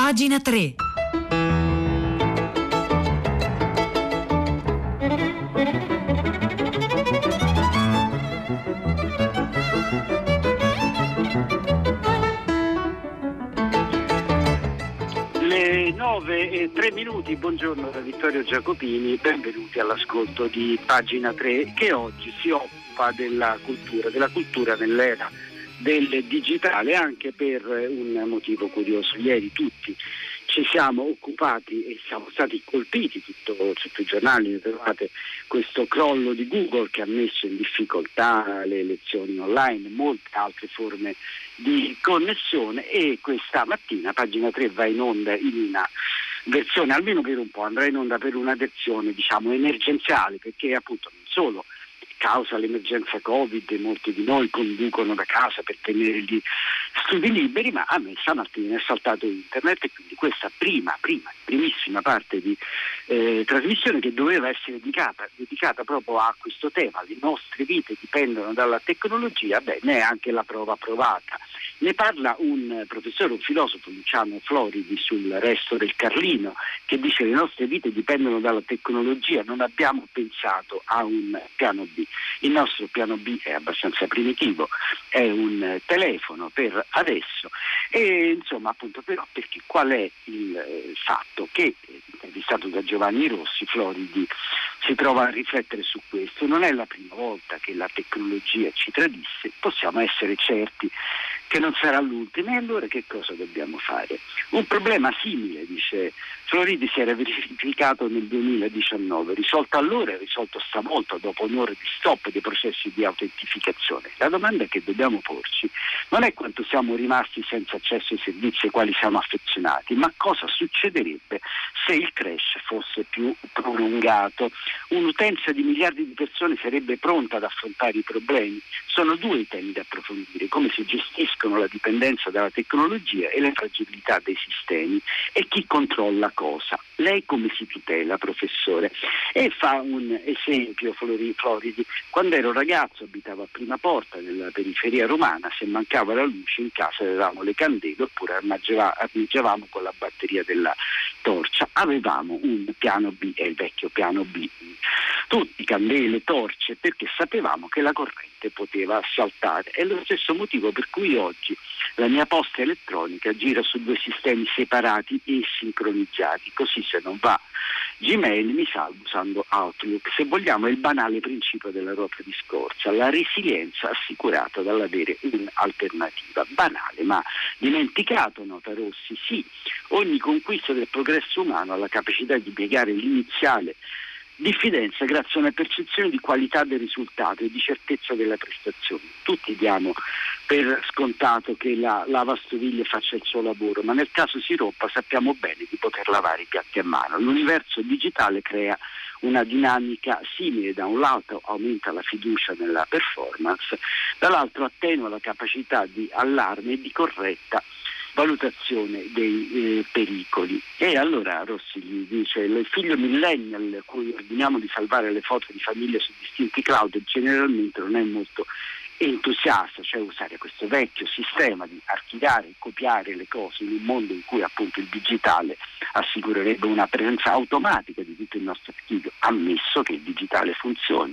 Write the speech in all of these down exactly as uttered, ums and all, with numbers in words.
Pagina tre. Le nove e tre minuti, buongiorno da Vittorio Giacopini, benvenuti all'ascolto di Pagina tre, che oggi si occupa della cultura, della cultura nell'era del digitale, anche per un motivo curioso. Ieri tutti ci siamo occupati e siamo stati colpiti, tutto, tutti i giornali trovate questo crollo di Google che ha messo in difficoltà le lezioni online, molte altre forme di connessione, e questa mattina Pagina tre va in onda in una versione, almeno per un po', andrà in onda per una versione diciamo emergenziale, perché appunto non solo causa l'emergenza Covid, molti di noi conducono da casa per tenere gli studi liberi, ma a me stamattina è saltato internet, e quindi questa prima, prima, primissima parte di eh, trasmissione che doveva essere dedicata, dedicata proprio a questo tema, le nostre vite dipendono dalla tecnologia, beh, ne è anche la prova provata. Ne parla un professore, un filosofo, Luciano Floridi, sul Resto del Carlino, che dice che le nostre vite dipendono dalla tecnologia, non abbiamo pensato a un piano B. Il nostro piano B è abbastanza primitivo, è un telefono per adesso, e insomma appunto però perché qual è il eh, fatto che, intervistato da Giovanni Rossi, Floridi si trova a riflettere su questo. Non è la prima volta che la tecnologia ci tradisse, possiamo essere certi che non sarà l'ultima, e allora che cosa dobbiamo fare? Un problema simile, dice Floridi, si era verificato nel duemiladiciannove, risolto allora e risolto stavolta dopo un'ora di stop dei processi di autentificazione. La domanda che dobbiamo porci non è quanto siamo rimasti senza accesso ai servizi ai quali siamo affezionati, ma cosa succederebbe se il crash fosse più prolungato. Un'utenza di miliardi di persone sarebbe pronta ad affrontare i problemi? Sono due i temi da approfondire: come si gestiscono la dipendenza dalla tecnologia e le fragilità dei sistemi, e chi controlla cosa. Lei come si tutela, professore? E fa un esempio Floridi: quando ero ragazzo abitavo a Prima Porta, nella periferia romana, se mancava la luce in casa avevamo le candele oppure armeggiavamo con la batteria della torcia. Avevamo un piano B, è il vecchio piano B, tutti candele, torce, perché sapevamo che la corrente poteva saltare. È lo stesso motivo per cui oggi la mia posta elettronica gira su due sistemi separati e sincronizzati, così se non va Gmail mi salvo usando Outlook. Se vogliamo è il banale principio dell'Europa di scorsa, la resilienza assicurata dall'avere un'alternativa. Banale ma dimenticato, nota Rossi. Sì, ogni conquista del progresso umano ha la capacità di piegare l'iniziale diffidenza grazie a una percezione di qualità del risultato e di certezza della prestazione. Tutti diamo per scontato che la lavastoviglie faccia il suo lavoro, ma nel caso si rompa sappiamo bene di poter lavare i piatti a mano. L'universo digitale crea una dinamica simile: da un lato aumenta la fiducia nella performance, dall'altro attenua la capacità di allarme e di corretta valutazione dei eh, pericoli. E allora Rossi gli dice: il figlio millennial a cui ordiniamo di salvare le foto di famiglia su distinti cloud generalmente non è molto entusiasta, cioè usare questo vecchio sistema di archiviare e copiare le cose in un mondo in cui appunto il digitale assicurerebbe una presenza automatica di tutto il nostro archivio, ammesso che il digitale funzioni.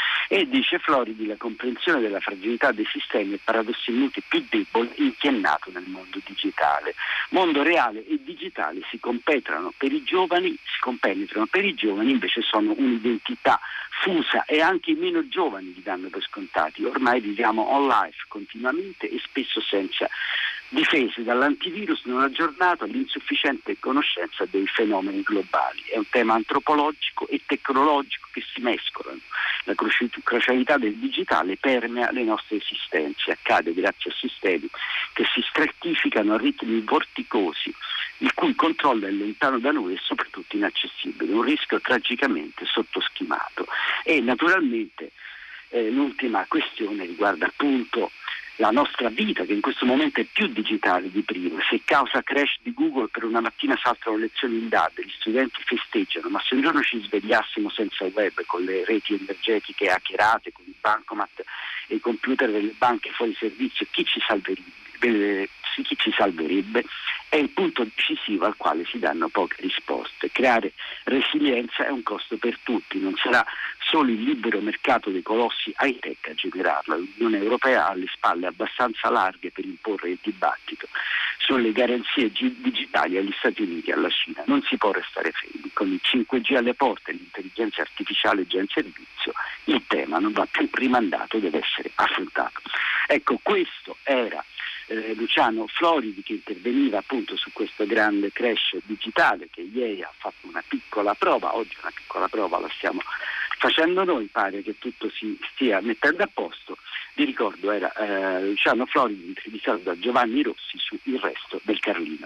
E dice Floridi: la comprensione della fragilità dei sistemi è paradossalmente più debole inchienato nel mondo digitale. Mondo reale e digitale si compenetrano per i giovani, si compenetrano per i giovani invece sono un'identità fusa, e anche i meno giovani li danno per scontati. Ormai viviamo on life continuamente e spesso senza difese dall'antivirus non aggiornato all'insufficiente conoscenza dei fenomeni globali. È un tema antropologico e tecnologico che si mescolano. La crucialità del digitale permea le nostre esistenze, accade grazie a sistemi che si stratificano a ritmi vorticosi, il cui controllo è lontano da noi e soprattutto inaccessibile, un rischio tragicamente sottoschimato. E naturalmente eh, l'ultima questione riguarda appunto la nostra vita, che in questo momento è più digitale di prima. Se causa crash di Google per una mattina saltano lezioni in D A D, gli studenti festeggiano, ma se un giorno ci svegliassimo senza web, con le reti energetiche hackerate, con i bancomat e i computer delle banche fuori servizio, chi ci salverebbe? rossi, chi ci salverebbe? È il punto decisivo al quale si danno poche risposte. Creare resilienza è un costo per tutti, non sarà solo il libero mercato dei colossi high-tech a generarla. L'Unione Europea ha le spalle abbastanza larghe per imporre il dibattito sulle garanzie g- digitali agli Stati Uniti e alla Cina. Non si può restare fermi. Con il cinque G alle porte e l'intelligenza artificiale già in servizio, il tema non va più rimandato, deve essere affrontato. Ecco, questo era eh, Luciano Floridi, che interveniva appunto su questo grande crash digitale, che ieri ha fatto una piccola prova, oggi una piccola prova la stiamo facendo noi, pare che tutto si stia mettendo a posto. Vi ricordo, era eh, Luciano Floridi intervistato da Giovanni Rossi su Il resto del Carlino.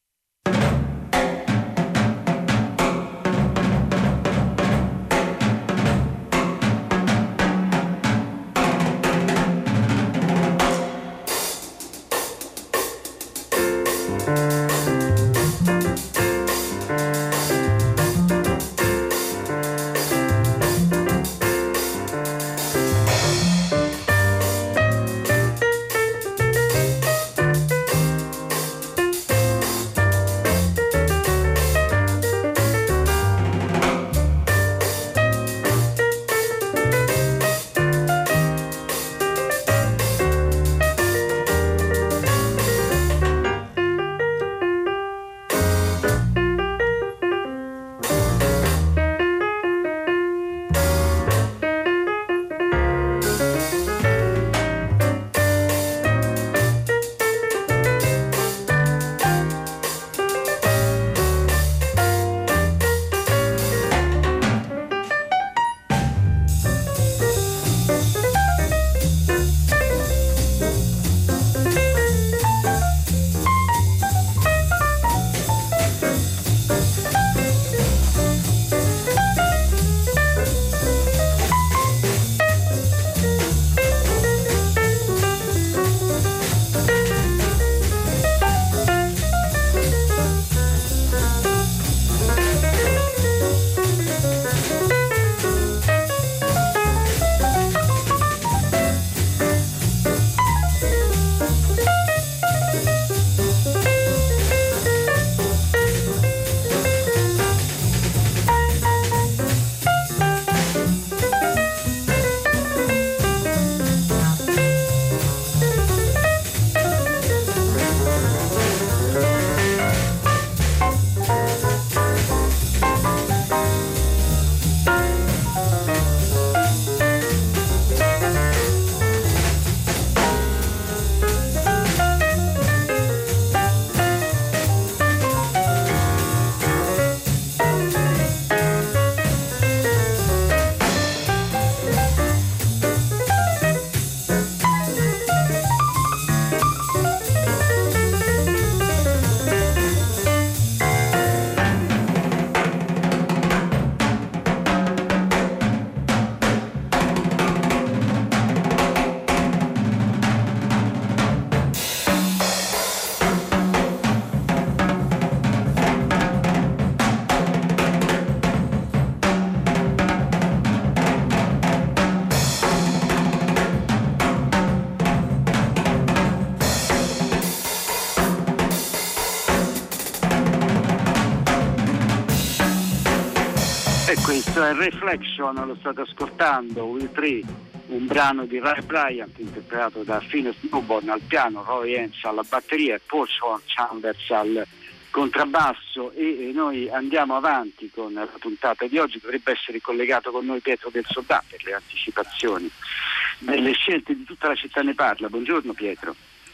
E questo è Reflection, lo state ascoltando, Will Tree, un brano di Ray Bryant interpretato da Phineas Newborn al piano, Roy Haynes alla batteria e Paul Chambers al contrabbasso, e, e noi andiamo avanti con la puntata di oggi. Dovrebbe essere collegato con noi Pietro del Soldà per le anticipazioni delle scelte di Tutta la città ne parla. Buongiorno Pietro.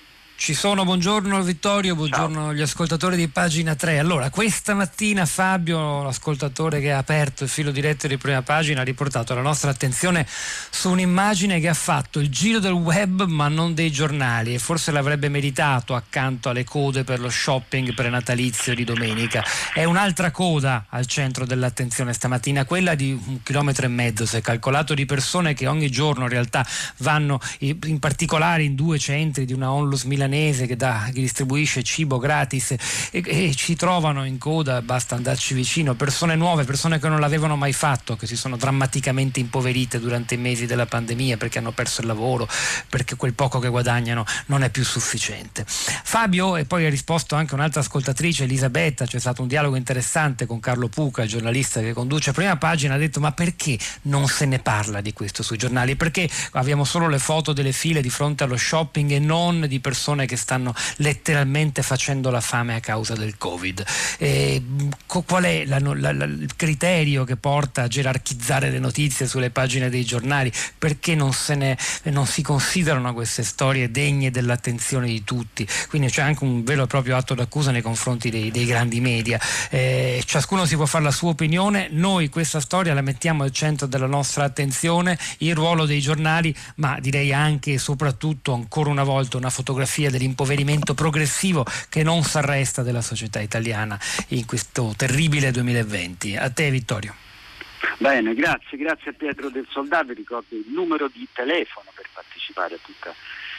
Ci sono, buongiorno Vittorio, buongiorno Ciao. agli ascoltatori di Pagina tre. Allora, questa mattina Fabio, l'ascoltatore che ha aperto il filo diretto di Prima Pagina, ha riportato la nostra attenzione su un'immagine che ha fatto il giro del web ma non dei giornali, e forse l'avrebbe meritato accanto alle code per lo shopping prenatalizio di domenica. È un'altra coda al centro dell'attenzione stamattina, quella di un chilometro e mezzo, si è calcolato, di persone che ogni giorno in realtà vanno in particolare in due centri di una onlus milanese milanese che, dà, che distribuisce cibo gratis e, e ci trovano in coda, basta andarci vicino, persone nuove, persone che non l'avevano mai fatto, che si sono drammaticamente impoverite durante i mesi della pandemia perché hanno perso il lavoro, perché quel poco che guadagnano non è più sufficiente. Fabio, e poi ha risposto anche un'altra ascoltatrice, Elisabetta, c'è stato un dialogo interessante con Carlo Puca, il giornalista che conduce Prima Pagina, ha detto: ma perché non se ne parla di questo sui giornali? Perché abbiamo solo le foto delle file di fronte allo shopping e non di persone che stanno letteralmente facendo la fame a causa del Covid? E qual è la, la, la, il criterio che porta a gerarchizzare le notizie sulle pagine dei giornali? Perché non se ne non si considerano queste storie degne dell'attenzione di tutti? Quindi c'è anche un vero e proprio atto d'accusa nei confronti dei, dei grandi media. Eh, ciascuno si può fare la sua opinione, noi questa storia la mettiamo al centro della nostra attenzione, il ruolo dei giornali, ma direi anche e soprattutto, ancora una volta, una fotografia dell'impoverimento progressivo che non si arresta della società italiana in questo terribile duemilaventi. A te, Vittorio. Bene, grazie, grazie a Pietro del Soldato. Ricordo il numero di telefono per partecipare a tutta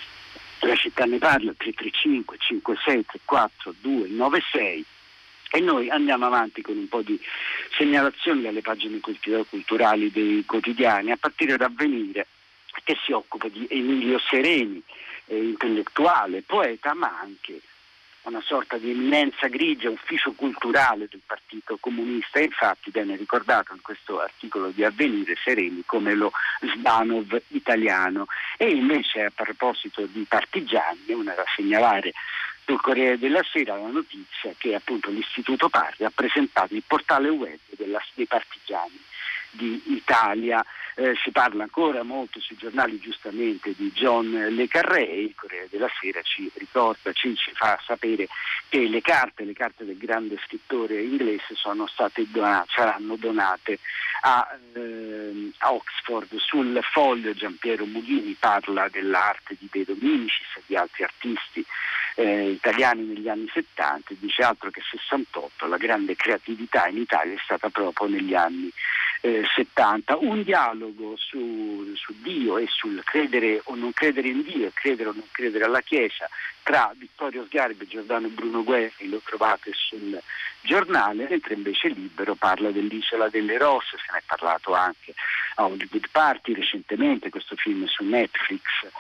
la città ne parla, tre tre cinque cinque sei tre quattro due nove sei, e noi andiamo avanti con un po' di segnalazioni dalle pagine culturali dei quotidiani, a partire da Avvenire, che si occupa di Emilio Sereni, eh, intellettuale, poeta, ma anche una sorta di eminenza grigia, ufficio culturale del Partito Comunista. E infatti viene ricordato in questo articolo di Avvenire Sereni come lo Zdanov italiano. E invece, a proposito di partigiani, una da segnalare sul Corriere della Sera la notizia che appunto l'Istituto Parri ha presentato il portale web della, dei partigiani d'Italia. Eh, si parla ancora molto sui giornali, giustamente, di John Le Carré. Il Corriere della Sera ci ricorda, ci, ci fa sapere che le carte, le carte del grande scrittore inglese sono state donate, saranno donate a, eh, a Oxford. Sul Foglio Giampiero Mughini parla dell'arte di De Dominicis e di altri artisti eh, italiani negli anni settanta, e dice altro che sessantotto, la grande creatività in Italia è stata proprio negli anni Eh, settanta. Un dialogo su, su Dio e sul credere o non credere in Dio, credere o non credere alla Chiesa, tra Vittorio Sgarbi e Giordano Bruno Guerri, lo trovate sul Giornale, mentre invece Libero parla dell'Isola delle Rose. Se ne è parlato anche a Hollywood Party recentemente, questo film su Netflix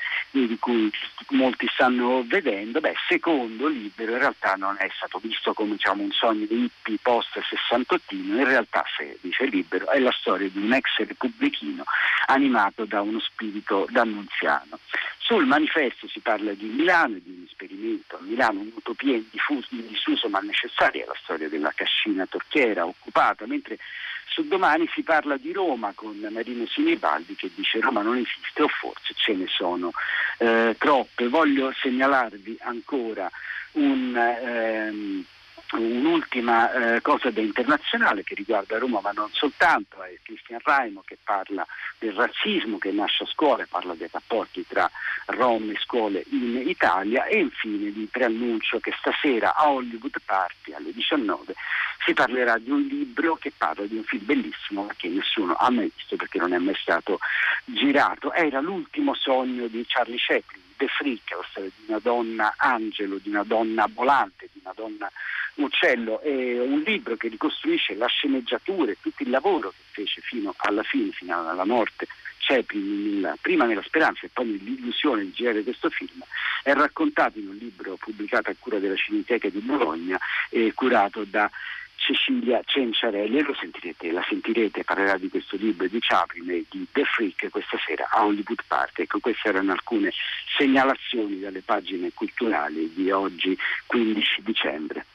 di cui molti stanno vedendo. Beh, secondo Libero in realtà non è stato visto come, diciamo, un sogno di hippie post sessantottino. In realtà, se dice Libero, è la storia di un ex repubblichino animato da uno spirito d'annunziano. Sul Manifesto si parla di Milano e di un esperimento a Milano, un'utopia indiffuso, indisuso ma necessaria, la storia della cascina torchiera occupata, mentre su Domani si parla di Roma con Marino Sinibaldi che dice: Roma non esiste, o forse ce ne sono eh, troppe. Voglio segnalarvi ancora un... Ehm, un'ultima eh, cosa da internazionale che riguarda Roma, ma non soltanto. È Cristian Raimo che parla del razzismo che nasce a scuola, parla dei rapporti tra Rom e scuole in Italia. E infine vi preannuncio che stasera a Hollywood Party alle diciannove si parlerà di un libro che parla di un film bellissimo ma che nessuno ha mai visto perché non è mai stato girato. Era l'ultimo sogno di Charlie Chaplin, The Freak, la storia di una donna angelo, di una donna volante, di una donna uccello. È un libro che ricostruisce la sceneggiatura e tutto il lavoro che fece fino alla fine, fino alla morte, Chaplin, nel, prima nella speranza e poi nell'illusione di girare questo film. È raccontato in un libro pubblicato a cura della Cineteca di Bologna e curato da Cecilia Cenciarelli, e lo sentirete, la sentirete, parlerà di questo libro di Chaplin e di The Freak questa sera a Hollywood Party. Ecco, queste erano alcune segnalazioni dalle pagine culturali di oggi quindici dicembre.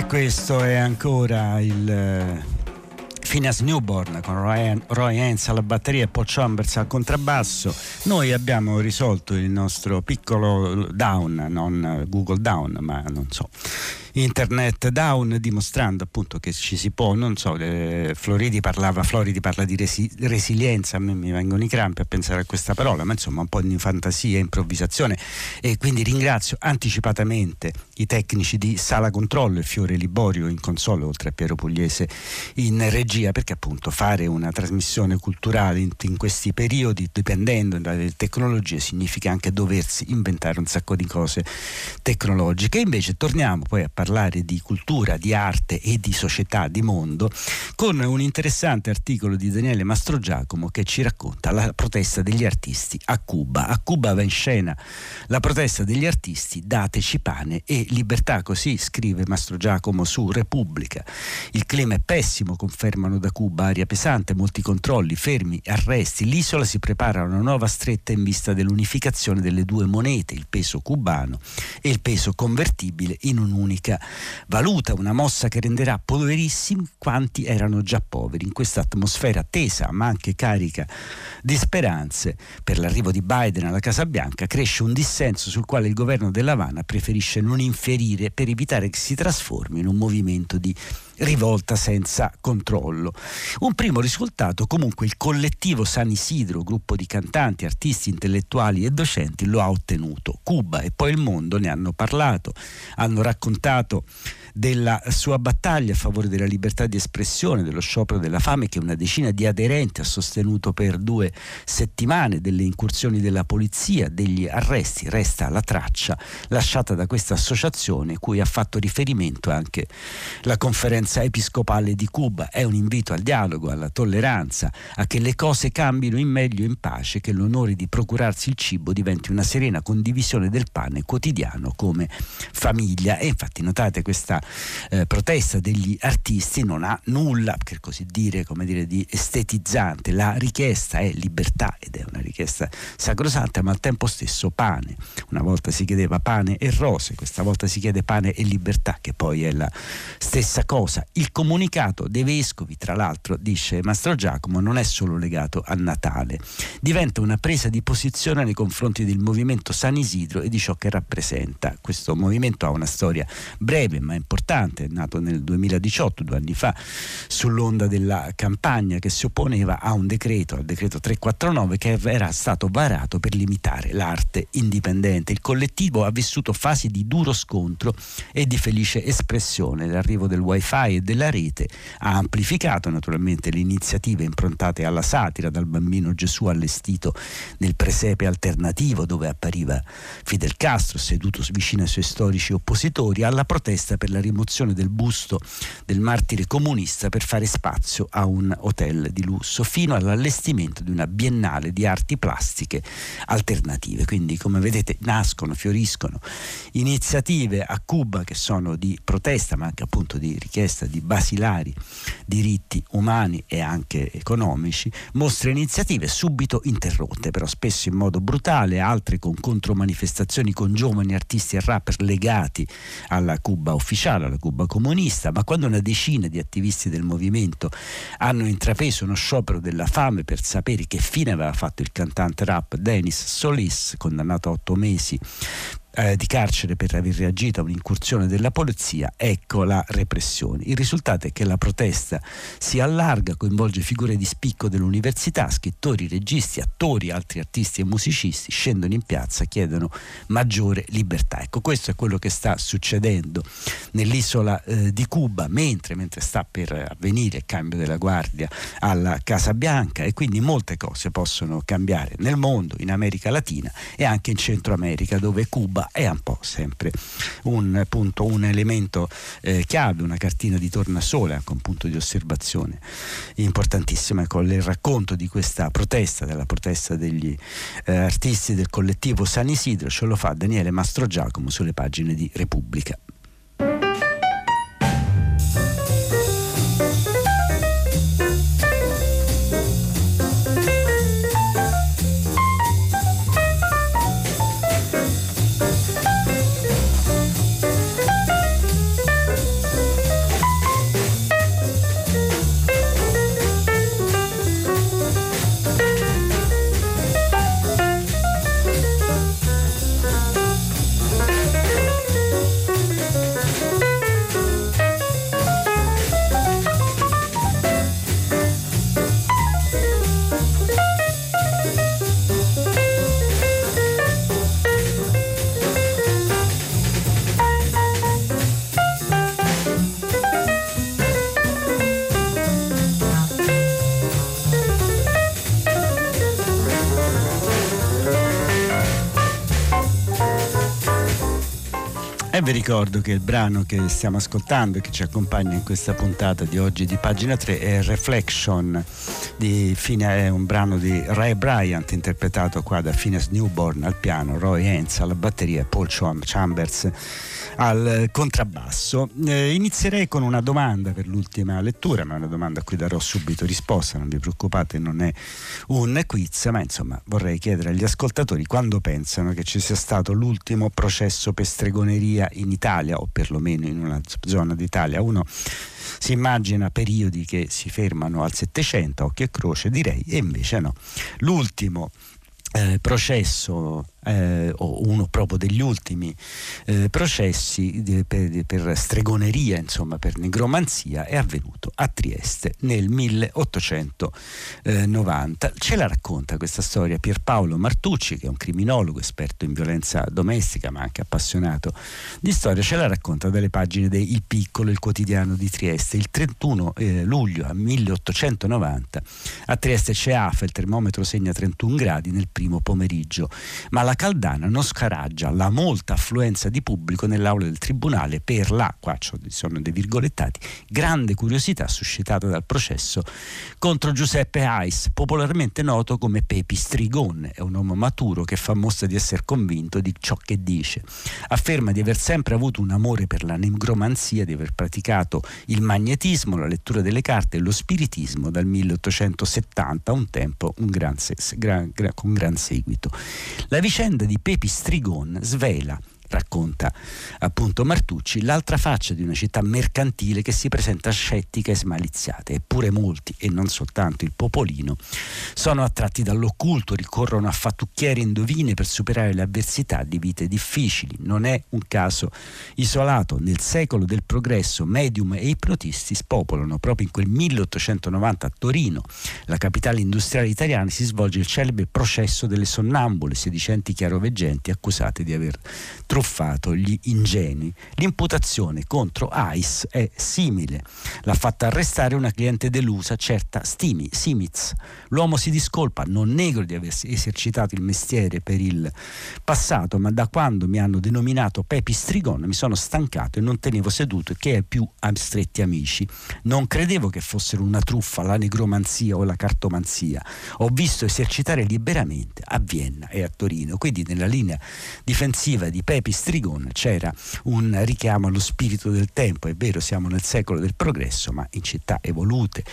E questo è ancora il Phineas Newborn con Roy, Roy Haynes alla batteria e Paul Chambers al contrabbasso. Noi abbiamo risolto il nostro piccolo down, non Google down, ma non so, internet down, dimostrando appunto che ci si può, non so, eh, Floridi parlava, Floridi parla di resi, resilienza, a me mi vengono i crampi a pensare a questa parola, ma insomma un po' di fantasia e improvvisazione, e quindi ringrazio anticipatamente i tecnici di Sala Controllo e Fiore Liborio in console, oltre a Piero Pugliese in regia, perché appunto fare una trasmissione culturale in, in questi periodi, dipendendo dalle tecnologie, significa anche doversi inventare un sacco di cose tecnologiche. E invece torniamo poi a parlare di cultura, di arte e di società, di mondo, con un interessante articolo di Daniele Mastrogiacomo che ci racconta la protesta degli artisti a Cuba. A Cuba va in scena la protesta degli artisti, dateci pane e libertà, così scrive Mastrogiacomo su Repubblica. Il clima è pessimo, confermano da Cuba, aria pesante, molti controlli, fermi, arresti. L'isola si prepara a una nuova stretta in vista dell'unificazione delle due monete, il peso cubano e il peso convertibile in un'unica valuta, una mossa che renderà poverissimi quanti erano già poveri. In questa atmosfera tesa ma anche carica di speranze per l'arrivo di Biden alla Casa Bianca, cresce un dissenso sul quale il governo dell'Havana preferisce non infierire per evitare che si trasformi in un movimento di rivolta senza controllo. Un primo risultato comunque il collettivo San Isidro, gruppo di cantanti, artisti, intellettuali e docenti, lo ha ottenuto. Cuba e poi il mondo ne hanno parlato, hanno raccontato della sua battaglia a favore della libertà di espressione, dello sciopero della fame che una decina di aderenti ha sostenuto per due settimane, delle incursioni della polizia, degli arresti. Resta la traccia lasciata da questa associazione cui ha fatto riferimento anche la conferenza episcopale di Cuba. È un invito al dialogo, alla tolleranza, a che le cose cambino in meglio e in pace, che l'onore di procurarsi il cibo diventi una serena condivisione del pane quotidiano come famiglia. E infatti notate questa Eh, protesta degli artisti non ha nulla, per così dire, come dire, di estetizzante. La richiesta è libertà ed è una richiesta sacrosanta, ma al tempo stesso pane. Una volta si chiedeva pane e rose, questa volta si chiede pane e libertà, che poi è la stessa cosa. Il comunicato dei vescovi, tra l'altro, dice Mastrogiacomo, non è solo legato a Natale, diventa una presa di posizione nei confronti del movimento San Isidro e di ciò che rappresenta. Questo movimento ha una storia breve ma importante, è nato nel duemiladiciotto, due anni fa, sull'onda della campagna che si opponeva a un decreto, al decreto trecentoquarantanove, che era stato varato per limitare l'arte indipendente. Il collettivo ha vissuto fasi di duro scontro e di felice espressione. L'arrivo del wifi e della rete ha amplificato naturalmente le iniziative improntate alla satira, dal bambino Gesù allestito nel presepe alternativo dove appariva Fidel Castro seduto vicino ai suoi storici oppositori, alla protesta per la rimozione del busto del martire comunista per fare spazio a un hotel di lusso, fino all'allestimento di una biennale di arti plastiche alternative. Quindi, come vedete, nascono, fioriscono iniziative a Cuba che sono di protesta, ma anche appunto di richiesta di basilari diritti umani e anche economici. Mostre e iniziative subito interrotte, però spesso in modo brutale, altre con contromanifestazioni con giovani artisti e rapper legati alla Cuba ufficiale, alla Cuba comunista. Ma quando una decina di attivisti del movimento hanno intrapreso uno sciopero della fame per sapere che fine aveva fatto il cantante rap Denis Solis, condannato a otto mesi Eh, di carcere per aver reagito a un'incursione della polizia, ecco la repressione. Il risultato è che la protesta si allarga, coinvolge figure di spicco dell'università, scrittori, registi, attori, altri artisti e musicisti scendono in piazza, chiedono maggiore libertà. Ecco, questo è quello che sta succedendo nell'isola eh, di Cuba, mentre, mentre sta per avvenire il cambio della guardia alla Casa Bianca, e quindi molte cose possono cambiare nel mondo, in America Latina e anche in Centro America, dove Cuba è un po' sempre un punto, un elemento eh, chiave, una cartina di tornasole, anche un punto di osservazione importantissimo. Ecco, il racconto di questa protesta, della protesta degli eh, artisti del collettivo San Isidro, ce lo fa Daniele Mastrogiacomo sulle pagine di Repubblica. E vi ricordo che il brano che stiamo ascoltando e che ci accompagna in questa puntata di oggi di Pagina tre è Reflection, di Fine, è un brano di Ray Bryant interpretato qua da Phineas Newborn al piano, Roy Haynes alla batteria e Paul Chambers al contrabbasso. Eh, inizierei con una domanda per l'ultima lettura, ma è una domanda a cui darò subito risposta, non vi preoccupate, non è un quiz, ma insomma vorrei chiedere agli ascoltatori quando pensano che ci sia stato l'ultimo processo per stregoneria in Italia, o perlomeno in una zona d'Italia. Uno si immagina periodi che si fermano al Settecento, occhio e croce direi, e invece no. L'ultimo eh, processo Eh, o uno proprio degli ultimi eh, processi di, per, per stregoneria, insomma per negromanzia, è avvenuto a Trieste nel milleottocentonovanta. Ce la racconta questa storia Pierpaolo Martucci, che è un criminologo esperto in violenza domestica ma anche appassionato di storia. Ce la racconta dalle pagine di Il Piccolo, il quotidiano di Trieste. Il trentuno eh, luglio milleottocentonovanta a Trieste c'è afa, il termometro segna trentuno gradi nel primo pomeriggio, ma la La Caldana non scaraggia la molta affluenza di pubblico nell'aula del tribunale per la, qua sono dei virgolettati, grande curiosità suscitata dal processo contro Giuseppe Ais, popolarmente noto come Pepi Strigon. È un uomo maturo che fa mostra di essere convinto di ciò che dice. Afferma di aver sempre avuto un amore per la negromanzia, di aver praticato il magnetismo, la lettura delle carte e lo spiritismo dal milleottocentosettanta, un tempo un gran se- gran, gran, con gran seguito. La vicenda di Pepi Strigon svela, racconta appunto Martucci, l'altra faccia di una città mercantile che si presenta scettica e smaliziata. Eppure molti, e non soltanto il popolino, sono attratti dall'occulto, ricorrono a fattucchiere e indovine per superare le avversità di vite difficili. Non è un caso isolato. Nel secolo del progresso medium e ipnotisti spopolano. Proprio in quel milleottocentonovanta a Torino, la capitale industriale italiana, si svolge il celebre processo delle sonnambule, sedicenti chiaroveggenti accusate di aver truffato gli ingenui. L'imputazione contro Ais è simile. L'ha fatta arrestare una cliente delusa, certa Stimi, Simitz. L'uomo si discolpa: non nego di aver esercitato il mestiere per il passato, ma da quando mi hanno denominato Pepi Strigon mi sono stancato e non tenevo seduto che ai più stretti amici. Non credevo che fossero una truffa la negromanzia o la cartomanzia. Ho visto esercitare liberamente a Vienna e a Torino. Quindi nella linea difensiva di Pepi Strigon c'era un richiamo allo spirito del tempo. È vero, siamo nel secolo del progresso, ma in città evolute,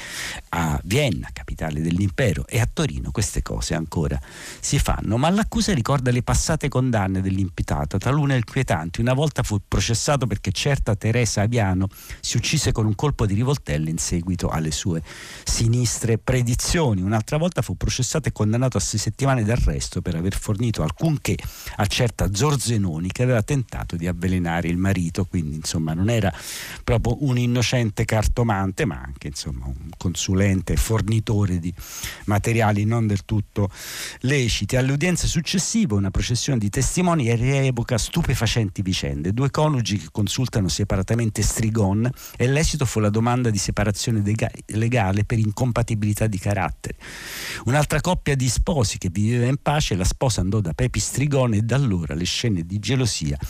a Vienna, capitale dell'impero, e a Torino queste cose ancora si fanno. Ma l'accusa ricorda le passate condanne dell'imputato, talune inquietanti. Una volta fu processato perché certa Teresa Aviano si uccise con un colpo di rivoltella in seguito alle sue sinistre predizioni. Un'altra volta fu processato e condannato a sei settimane d'arresto per aver fornito alcunché a certa Zorzenoni, che aveva tentato di avvelenare il marito. Quindi insomma non era proprio un innocente cartomante, ma anche insomma un consulente fornitore di materiali non del tutto leciti. Alle udienze successive una processione di testimoni rievoca stupefacenti vicende: due coniugi che consultano separatamente Strigon e l'esito fu la domanda di separazione dega- legale per incompatibilità di carattere. Un'altra coppia di sposi che viveva in pace, la sposa andò da Pepi Strigon e da allora le scene di gelosia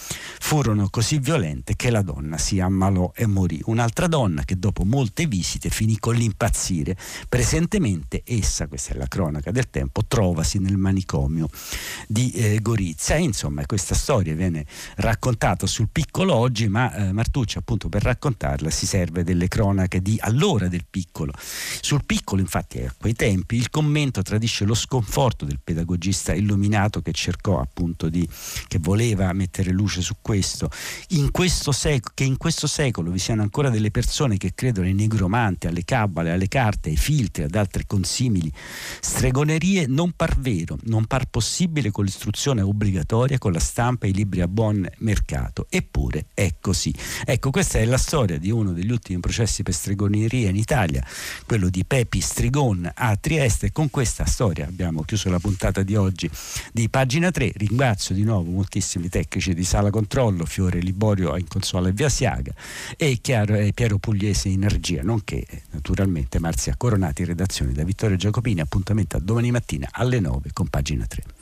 furono così violente che la donna si ammalò e morì. Un'altra donna che dopo molte visite finì con l'impazzire. Presentemente essa, questa è la cronaca del tempo, trovasi nel manicomio di eh, Gorizia. E insomma questa storia viene raccontata sul Piccolo oggi, ma eh, Martucci appunto per raccontarla si serve delle cronache di allora del Piccolo. Sul Piccolo infatti a quei tempi il commento tradisce lo sconforto del pedagogista illuminato che cercò appunto di che voleva mettere luce su questo, in questo sec- che in questo secolo vi siano ancora delle persone che credono ai negromanti, alle cabale, alle carte, ai filtri, ad altre consimili stregonerie non par vero, non par possibile con l'istruzione obbligatoria, con la stampa e i libri a buon mercato. Eppure è così. Ecco, questa è la storia di uno degli ultimi processi per stregoneria in Italia, quello di Pepi Strigon a Trieste. E con questa storia abbiamo chiuso la puntata di oggi di Pagina tre. Ringrazio di nuovo moltissimi tecnici di Sala Controllo, Fiore Liborio in consola e Via Siaga, e Chiaro, eh, Piero Pugliese in regia, nonché eh, naturalmente Marzia Coronati in redazione. Da Vittorio Giacopini, appuntamento a domani mattina alle nove con Pagina tre.